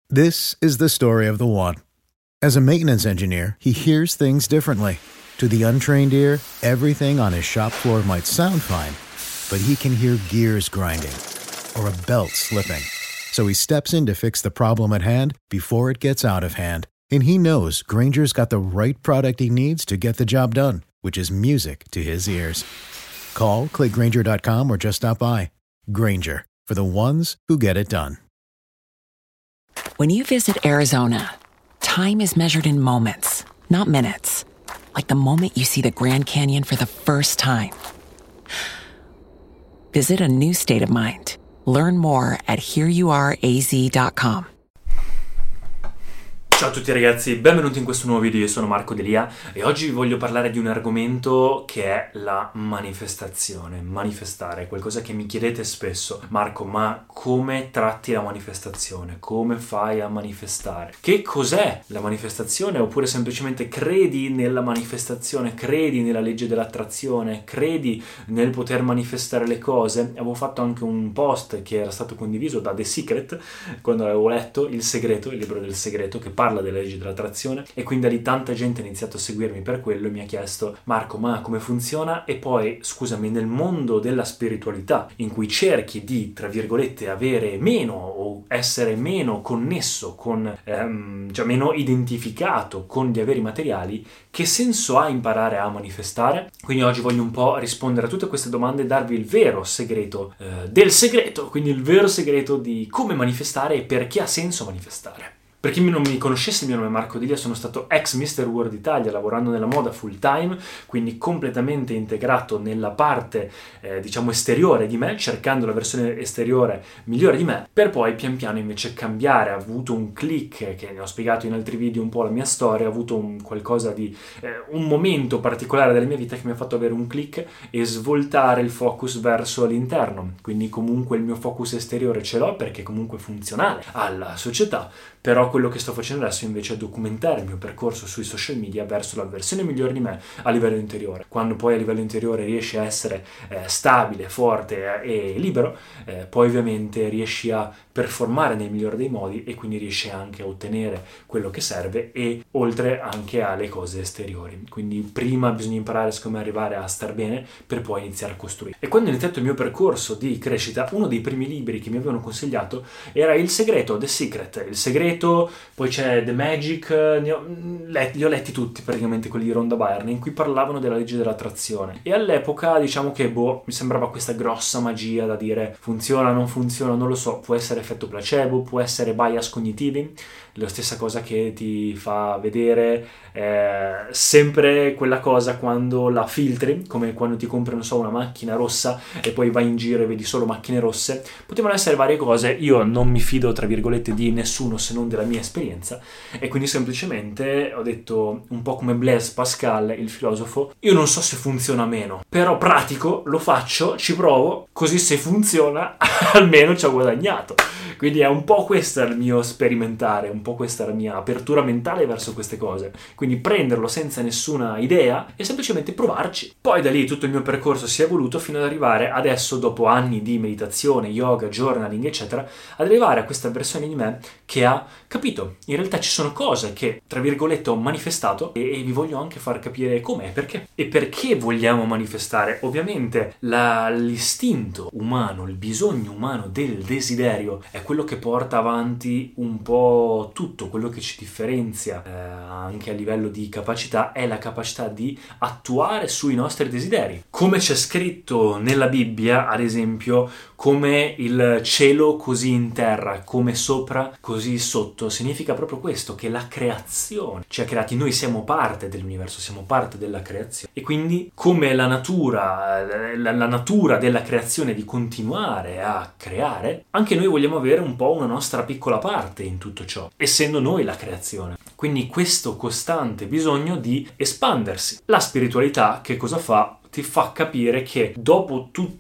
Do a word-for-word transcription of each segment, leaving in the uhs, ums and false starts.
This is the story of the one. As a maintenance engineer, he hears things differently. To the untrained ear, everything on his shop floor might sound fine, but he can hear gears grinding or a belt slipping. So he steps in to fix the problem at hand before it gets out of hand. And he knows Grainger's got the right product he needs to get the job done, which is music to his ears. Call, click Grainger dot com, or just stop by. Grainger, for the ones who get it done. When you visit Arizona, time is measured in moments, not minutes. Like the moment you see the Grand Canyon for the first time. Visit a new state of mind. Learn more at here you are a z dot com. Ciao a tutti ragazzi, benvenuti in questo nuovo video. Io sono Marco Delia e oggi vi voglio parlare di un argomento che è la manifestazione. Manifestare, qualcosa che mi chiedete spesso. Marco, ma come tratti la manifestazione? Come fai a manifestare? Che cos'è la manifestazione? Oppure semplicemente credi nella manifestazione? Credi nella legge dell'attrazione? Credi nel poter manifestare le cose? Avevo fatto anche un post che era stato condiviso da The Secret quando avevo letto Il Segreto, il libro del segreto, che parla della legge dell'attrazione, e quindi da lì tanta gente ha iniziato a seguirmi per quello e mi ha chiesto: Marco, ma come funziona? E poi, scusami, nel mondo della spiritualità, in cui cerchi di, tra virgolette, avere meno o essere meno connesso con, ehm, cioè meno identificato con gli averi materiali, che senso ha imparare a manifestare? Quindi oggi voglio un po' rispondere a tutte queste domande e darvi il vero segreto eh, del segreto, quindi il vero segreto di come manifestare e perché ha senso manifestare. Per chi non mi conoscesse, il mio nome è Marco Delia, sono stato ex mister World Italia lavorando nella moda full time, quindi completamente integrato nella parte eh, diciamo esteriore di me, cercando la versione esteriore migliore di me, per poi pian piano invece cambiare. Ho avuto un click, che ne ho spiegato in altri video un po' la mia storia, ho avuto un qualcosa di eh, un momento particolare della mia vita che mi ha fatto avere un click e svoltare il focus verso l'interno. Quindi comunque il mio focus esteriore ce l'ho perché comunque è funzionale alla società, però quello che sto facendo adesso invece è documentare il mio percorso sui social media verso la versione migliore di me a livello interiore. Quando poi a livello interiore riesci a essere eh, stabile, forte eh, e libero, eh, poi ovviamente riesci a performare nel migliore dei modi e quindi riesci anche a ottenere quello che serve, e oltre anche alle cose esteriori. Quindi prima bisogna imparare come arrivare a star bene per poi iniziare a costruire. E quando ho iniziato il mio percorso di crescita, uno dei primi libri che mi avevano consigliato era Il Segreto, The Secret. Il Segreto, poi c'è The Magic, ne ho, let, li ho letti tutti praticamente, quelli di Rhonda Byrne, in cui parlavano della legge dell'attrazione. E all'epoca diciamo che boh, mi sembrava questa grossa magia da dire funziona, non funziona, non lo so, può essere effetto placebo, può essere bias cognitivi, la stessa cosa che ti fa vedere eh, sempre quella cosa quando la filtri, come quando ti compri, non so, una macchina rossa e poi vai in giro e vedi solo macchine rosse. Potevano essere varie cose, io non mi fido tra virgolette di nessuno se non della mia esperienza, e quindi semplicemente ho detto, un po' come Blaise Pascal, il filosofo, io non so se funziona o meno, però pratico, lo faccio, ci provo, così se funziona almeno ci ho guadagnato. Quindi è un po' questo il mio sperimentare, un po' questa la mia apertura mentale verso queste cose. Quindi prenderlo senza nessuna idea e semplicemente provarci. Poi da lì tutto il mio percorso si è evoluto fino ad arrivare adesso, dopo anni di meditazione, yoga, journaling, eccetera, ad arrivare a questa versione di me che ha capito. In realtà ci sono cose che, tra virgolette, ho manifestato e, e vi voglio anche far capire com'è e perché. E perché vogliamo manifestare? Ovviamente la, l'istinto umano, il bisogno umano del desiderio è quello che porta avanti un po' tutto, quello che ci differenzia eh, anche a livello di capacità è la capacità di attuare sui nostri desideri. Come c'è scritto nella Bibbia, ad esempio, come il cielo così in terra, come sopra così sotto, significa proprio questo, che la creazione ci ha creati, noi siamo parte dell'universo, siamo parte della creazione, e quindi come la natura, la, la natura della creazione di continuare a creare, anche noi vogliamo avere un po' una nostra piccola parte in tutto ciò, essendo noi la creazione. Quindi questo costante bisogno di espandersi. La spiritualità che cosa fa? Ti fa capire che dopo tutto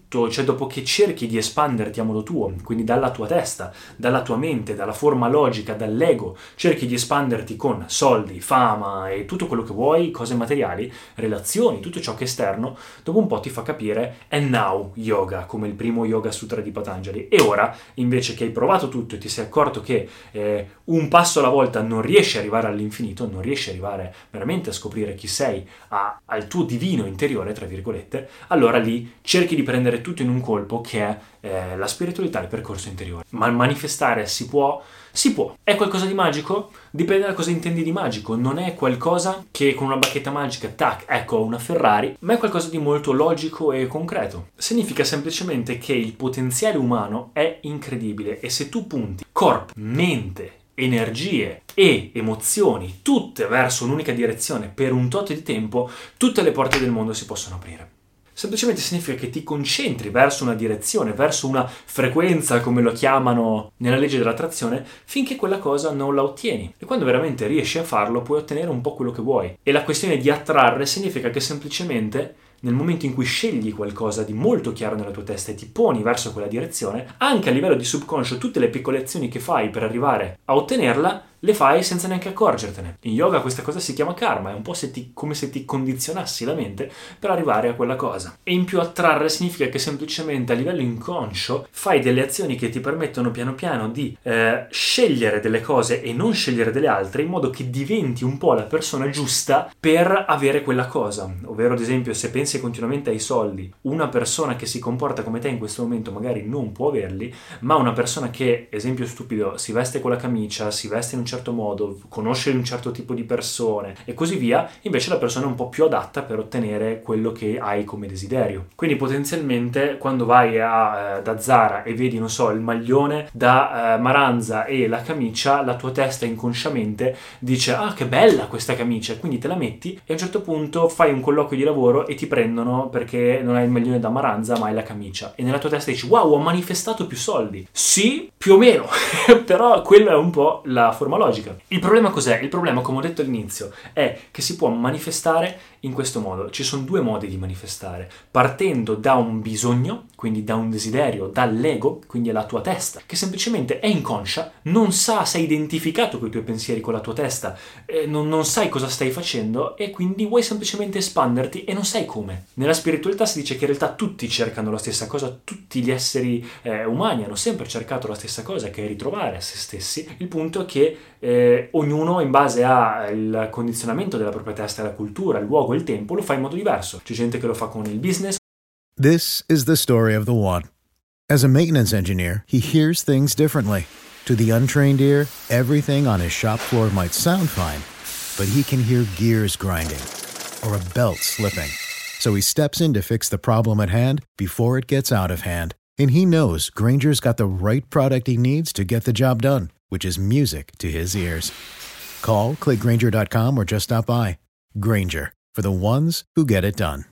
tutto, cioè dopo che cerchi di espanderti a modo tuo, quindi dalla tua testa, dalla tua mente, dalla forma logica, dall'ego, cerchi di espanderti con soldi, fama e tutto quello che vuoi, cose materiali, relazioni, tutto ciò che è esterno, dopo un po' ti fa capire and now yoga, come il primo Yoga Sutra di Patanjali. E ora, invece che hai provato tutto e ti sei accorto che eh, un passo alla volta non riesci ad arrivare all'infinito, non riesci ad arrivare veramente a scoprire chi sei, a, al tuo divino interiore, tra virgolette, allora lì cerchi di prendere tutto in un colpo, che è eh, la spiritualità, il percorso interiore. Ma il manifestare si può? Si può. È qualcosa di magico? Dipende da cosa intendi di magico. Non è qualcosa che con una bacchetta magica, tac, ecco una Ferrari, ma è qualcosa di molto logico e concreto. Significa semplicemente che il potenziale umano è incredibile e se tu punti corpo, mente, energie e emozioni tutte verso un'unica direzione per un tot di tempo, tutte le porte del mondo si possono aprire. Semplicemente significa che ti concentri verso una direzione, verso una frequenza, come lo chiamano nella legge dell'attrazione, finché quella cosa non la ottieni. E quando veramente riesci a farlo, puoi ottenere un po' quello che vuoi. E la questione di attrarre significa che semplicemente nel momento in cui scegli qualcosa di molto chiaro nella tua testa e ti poni verso quella direzione, anche a livello di subconscio, tutte le piccole azioni che fai per arrivare a ottenerla, le fai senza neanche accorgertene. In yoga questa cosa si chiama karma, è un po' se ti, come se ti condizionassi la mente per arrivare a quella cosa. E in più attrarre significa che semplicemente a livello inconscio fai delle azioni che ti permettono piano piano di eh, scegliere delle cose e non scegliere delle altre, in modo che diventi un po' la persona giusta per avere quella cosa. Ovvero, ad esempio, se pensi continuamente ai soldi, una persona che si comporta come te in questo momento magari non può averli, ma una persona che, esempio stupido, si veste con la camicia, si veste in un certo modo, conosce un certo tipo di persone e così via, invece la persona è un po' più adatta per ottenere quello che hai come desiderio. Quindi potenzialmente quando vai a, eh, da Zara e vedi, non so, il maglione da eh, Maranza e la camicia, la tua testa inconsciamente dice ah che bella questa camicia, quindi te la metti e a un certo punto fai un colloquio di lavoro e ti prendono perché non hai il maglione da Maranza ma hai la camicia e nella tua testa dici wow, ho manifestato più soldi. Sì, più o meno, però quella è un po' la forma logica. Il problema cos'è? Il problema, come ho detto all'inizio, è che si può manifestare in questo modo. Ci sono due modi di manifestare, partendo da un bisogno, quindi da un desiderio, dall'ego, quindi è la tua testa, che semplicemente è inconscia, non sa, sei identificato con i tuoi pensieri, con la tua testa, eh, non, non sai cosa stai facendo e quindi vuoi semplicemente espanderti e non sai come. Nella spiritualità si dice che in realtà tutti cercano la stessa cosa, tutti gli esseri eh, umani hanno sempre cercato la stessa cosa, che è ritrovare se stessi. Il punto è che eh, ognuno in base al condizionamento della propria testa, la cultura, il luogo, il tempo, lo fa in modo diverso. C'è gente che lo fa con il business. This is the story of the one. As a maintenance engineer, he hears things differently. To the untrained ear, everything on his shop floor might sound fine, but he can hear gears grinding or a belt slipping. So he steps in to fix the problem at hand before it gets out of hand. And he knows Grainger's got the right product he needs to get the job done, which is music to his ears. Call, click Grainger dot com or just stop by. Grainger, for the ones who get it done.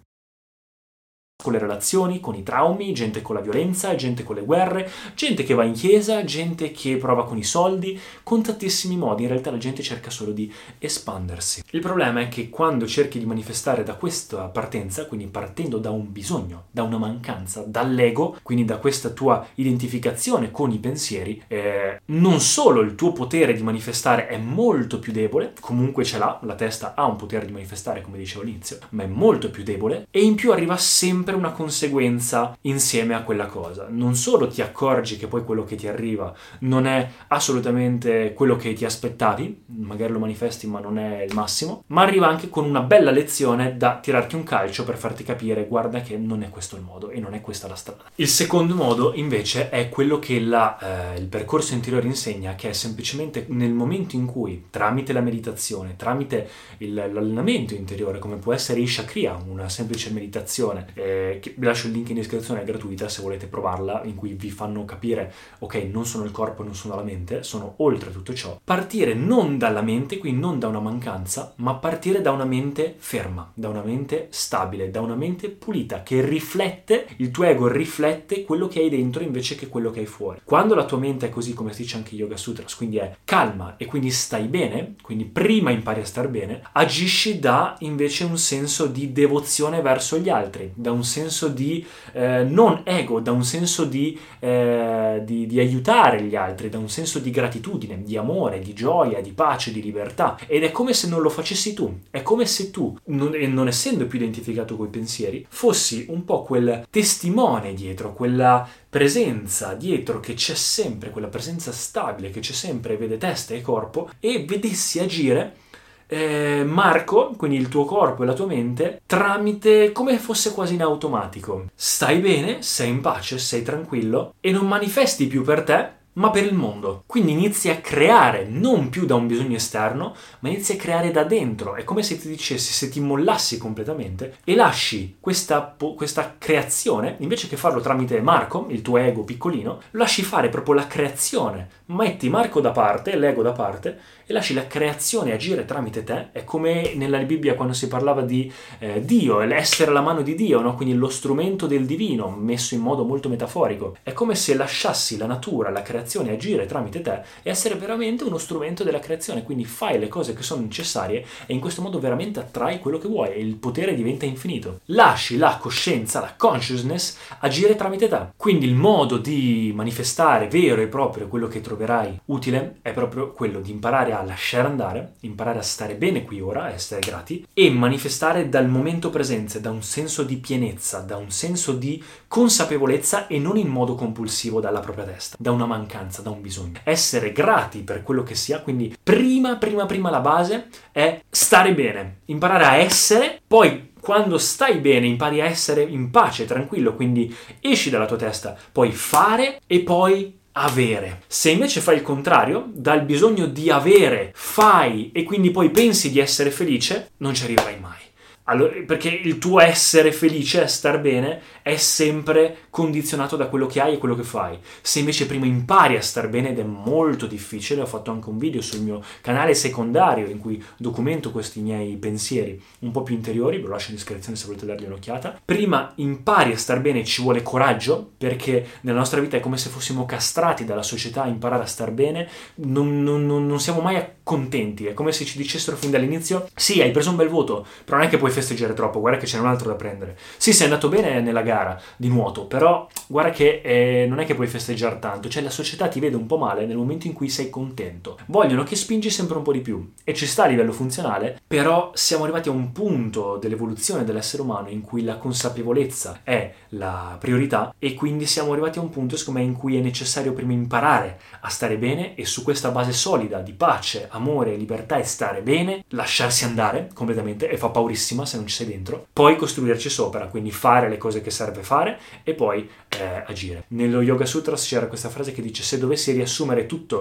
Con le relazioni, con i traumi, gente con la violenza, gente con le guerre, gente che va in chiesa, gente che prova con i soldi, con tantissimi modi. In realtà la gente cerca solo di espandersi. Il problema è che quando cerchi di manifestare da questa partenza, quindi partendo da un bisogno, da una mancanza, dall'ego, quindi da questa tua identificazione con i pensieri, eh, non solo il tuo potere di manifestare è molto più debole, comunque ce l'ha, la testa ha un potere di manifestare come dicevo all'inizio, ma è molto più debole e in più arriva sempre una conseguenza insieme a quella cosa. Non solo ti accorgi che poi quello che ti arriva non è assolutamente quello che ti aspettavi, magari lo manifesti ma non è il massimo, ma arriva anche con una bella lezione da tirarti un calcio per farti capire guarda che non è questo il modo e non è questa la strada. Il secondo modo invece è quello che la, eh, il percorso interiore insegna, che è semplicemente nel momento in cui tramite la meditazione, tramite il, l'allenamento interiore, come può essere Isha Kriya, una semplice meditazione, eh, che vi lascio il link in descrizione, è gratuita se volete provarla, in cui vi fanno capire ok, non sono il corpo, non sono la mente, sono oltre tutto ciò. Partire non dalla mente, quindi non da una mancanza, ma partire da una mente ferma, da una mente stabile, da una mente pulita, che riflette, il tuo ego riflette quello che hai dentro invece che quello che hai fuori. Quando la tua mente è così, come si dice anche in Yoga Sutras, quindi è calma e quindi stai bene, quindi prima impari a star bene, agisci da invece un senso di devozione verso gli altri, da un senso di eh, non ego, da un senso di, eh, di, di aiutare gli altri, da un senso di gratitudine, di amore, di gioia, di pace, di libertà. Ed è come se non lo facessi tu, è come se tu, non, non essendo più identificato coi pensieri, fossi un po' quel testimone dietro, quella presenza dietro che c'è sempre, quella presenza stabile che c'è sempre, vede testa e corpo, e vedessi agire eh, Marco, quindi il tuo corpo e la tua mente, tramite come fosse quasi in automatico. Stai bene, sei in pace, sei tranquillo e non manifesti più per te, ma per il mondo. Quindi inizi a creare non più da un bisogno esterno, ma inizi a creare da dentro. È come se ti dicessi, se ti mollassi completamente e lasci questa, questa creazione, invece che farlo tramite Marco, il tuo ego piccolino, lasci fare proprio la creazione. Metti Marco da parte, l'ego da parte, e lasci la creazione agire tramite te. È come nella Bibbia quando si parlava di eh, Dio, l'essere la mano di Dio, no? Quindi lo strumento del divino, messo in modo molto metaforico. È come se lasciassi la natura, la creazione agire tramite te e essere veramente uno strumento della creazione. Quindi fai le cose che sono necessarie e in questo modo veramente attrai quello che vuoi e il potere diventa infinito. Lasci la coscienza, la consciousness agire tramite te. Quindi il modo di manifestare vero e proprio quello che troverai utile è proprio quello di imparare a lasciare andare, imparare a stare bene qui ora, a essere grati e manifestare dal momento presente, da un senso di pienezza, da un senso di consapevolezza e non in modo compulsivo dalla propria testa, da una mancanza, da un bisogno. Essere grati per quello che sia, quindi prima, prima, prima la base è stare bene, imparare a essere, poi quando stai bene impari a essere in pace, tranquillo, quindi esci dalla tua testa, poi fare e poi avere. Se invece fai il contrario, dal bisogno di avere, fai e quindi poi pensi di essere felice, non ci arriverai mai. Allora, perché il tuo essere felice, star bene, è sempre condizionato da quello che hai e quello che fai. Se invece prima impari a star bene, ed è molto difficile, ho fatto anche un video sul mio canale secondario in cui documento questi miei pensieri un po' più interiori, ve lo lascio in descrizione se volete dargli un'occhiata. Prima impari a star bene, ci vuole coraggio, perché nella nostra vita è come se fossimo castrati dalla società a imparare a star bene, non, non, non, non siamo mai contenti, è come se ci dicessero fin dall'inizio: sì, hai preso un bel voto, però non è che puoi festeggiare troppo, guarda che c'è un altro da prendere. Sì, sei andato bene nella gara di nuoto, però guarda che eh, non è che puoi festeggiare tanto, cioè la società ti vede un po' male nel momento in cui sei contento. Vogliono che spingi sempre un po' di più e ci sta a livello funzionale, però siamo arrivati a un punto dell'evoluzione dell'essere umano in cui la consapevolezza è la priorità e quindi siamo arrivati a un punto secondo me in cui è necessario prima imparare a stare bene e su questa base solida di pace, amore, libertà e stare bene, lasciarsi andare completamente, e fa paurissima se non ci sei dentro, poi costruirci sopra, quindi fare le cose che serve fare e poi eh, agire. Nello Yoga Sutras c'era questa frase che dice: se dovessi riassumere tutto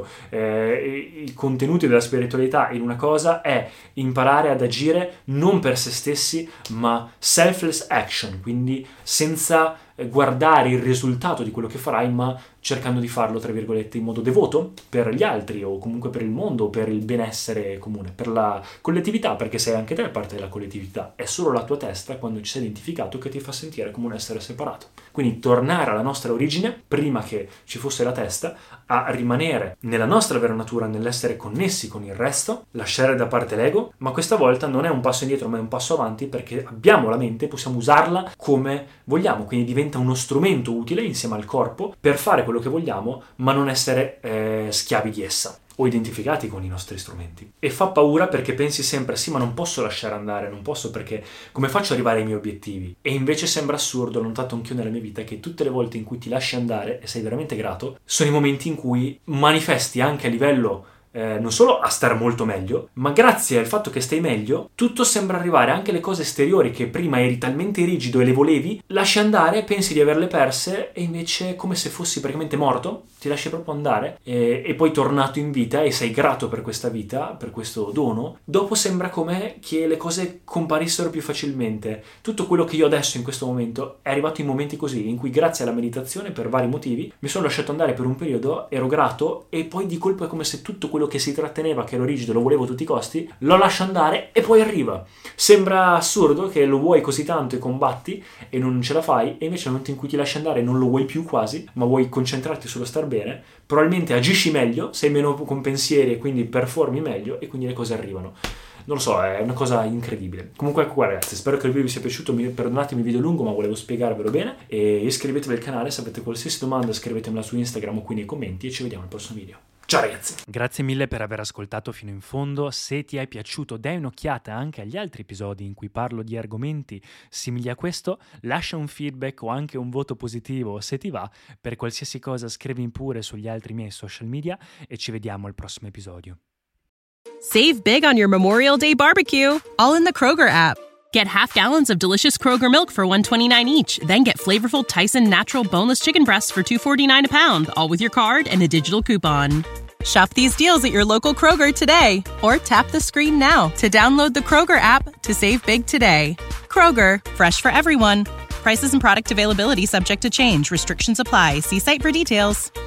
eh, i contenuti della spiritualità in una cosa, è imparare ad agire non per se stessi ma selfless action, quindi senza guardare il risultato di quello che farai, ma cercando di farlo, tra virgolette, in modo devoto per gli altri o comunque per il mondo o per il benessere comune, per la collettività, perché sei anche te parte della collettività. È solo la tua testa, quando ci sei identificato, che ti fa sentire come un essere separato. Quindi tornare alla nostra origine, prima che ci fosse la testa, a rimanere nella nostra vera natura, nell'essere connessi con il resto, lasciare da parte l'ego, ma questa volta non è un passo indietro ma è un passo avanti, perché abbiamo la mente, possiamo usarla come vogliamo, quindi diventa uno strumento utile insieme al corpo per fare quello che vogliamo, ma non essere eh, schiavi di essa o identificati con i nostri strumenti. E fa paura perché pensi sempre: sì, ma non posso lasciare andare, non posso, perché come faccio ad arrivare ai miei obiettivi? E invece sembra assurdo, l'ho notato anch'io nella mia vita, che tutte le volte in cui ti lasci andare e sei veramente grato sono i momenti in cui manifesti anche a livello Eh, non solo a stare molto meglio, ma grazie al fatto che stai meglio, tutto sembra arrivare, anche le cose esteriori che prima eri talmente rigido e le volevi, lasci andare, pensi di averle perse e invece come se fossi praticamente morto, ti lasci proprio andare e, e poi tornato in vita e sei grato per questa vita, per questo dono. Dopo sembra come che le cose comparissero più facilmente. Tutto quello che io adesso in questo momento è arrivato in momenti così, in cui grazie alla meditazione, per vari motivi, mi sono lasciato andare per un periodo, ero grato e poi di colpo è come se tutto quello che si tratteneva, che ero rigido, lo volevo a tutti i costi, lo lascio andare e poi arriva. Sembra assurdo che lo vuoi così tanto e combatti e non ce la fai, e invece nel momento in cui ti lasci andare non lo vuoi più quasi, ma vuoi concentrarti sullo star bene, probabilmente agisci meglio, sei meno con pensieri e quindi performi meglio e quindi le cose arrivano. non lo so, è una cosa incredibile. Comunque ecco qua ragazzi, spero che il video vi sia piaciuto, mi, perdonatemi il video lungo ma volevo spiegarvelo bene, e iscrivetevi al canale, se avete qualsiasi domanda scrivetemela su Instagram o qui nei commenti e ci vediamo al prossimo video. Ciao ragazzi! Grazie mille per aver ascoltato fino in fondo. Se ti è piaciuto, dai un'occhiata anche agli altri episodi in cui parlo di argomenti simili a questo, lascia un feedback o anche un voto positivo se ti va. Per qualsiasi cosa scrivi pure sugli altri miei social media e ci vediamo al prossimo episodio. Save big on your Memorial Day barbecue, all in the Kroger app. Get half gallons of delicious Kroger milk for one dollar and twenty-nine cents each. Then get flavorful Tyson natural boneless chicken breasts for two dollars and forty-nine cents a pound, all with your card and a digital coupon. Shop these deals at your local Kroger today, or tap the screen now to download the Kroger app to save big today. Kroger, fresh for everyone. Prices and product availability subject to change. Restrictions apply. See site for details.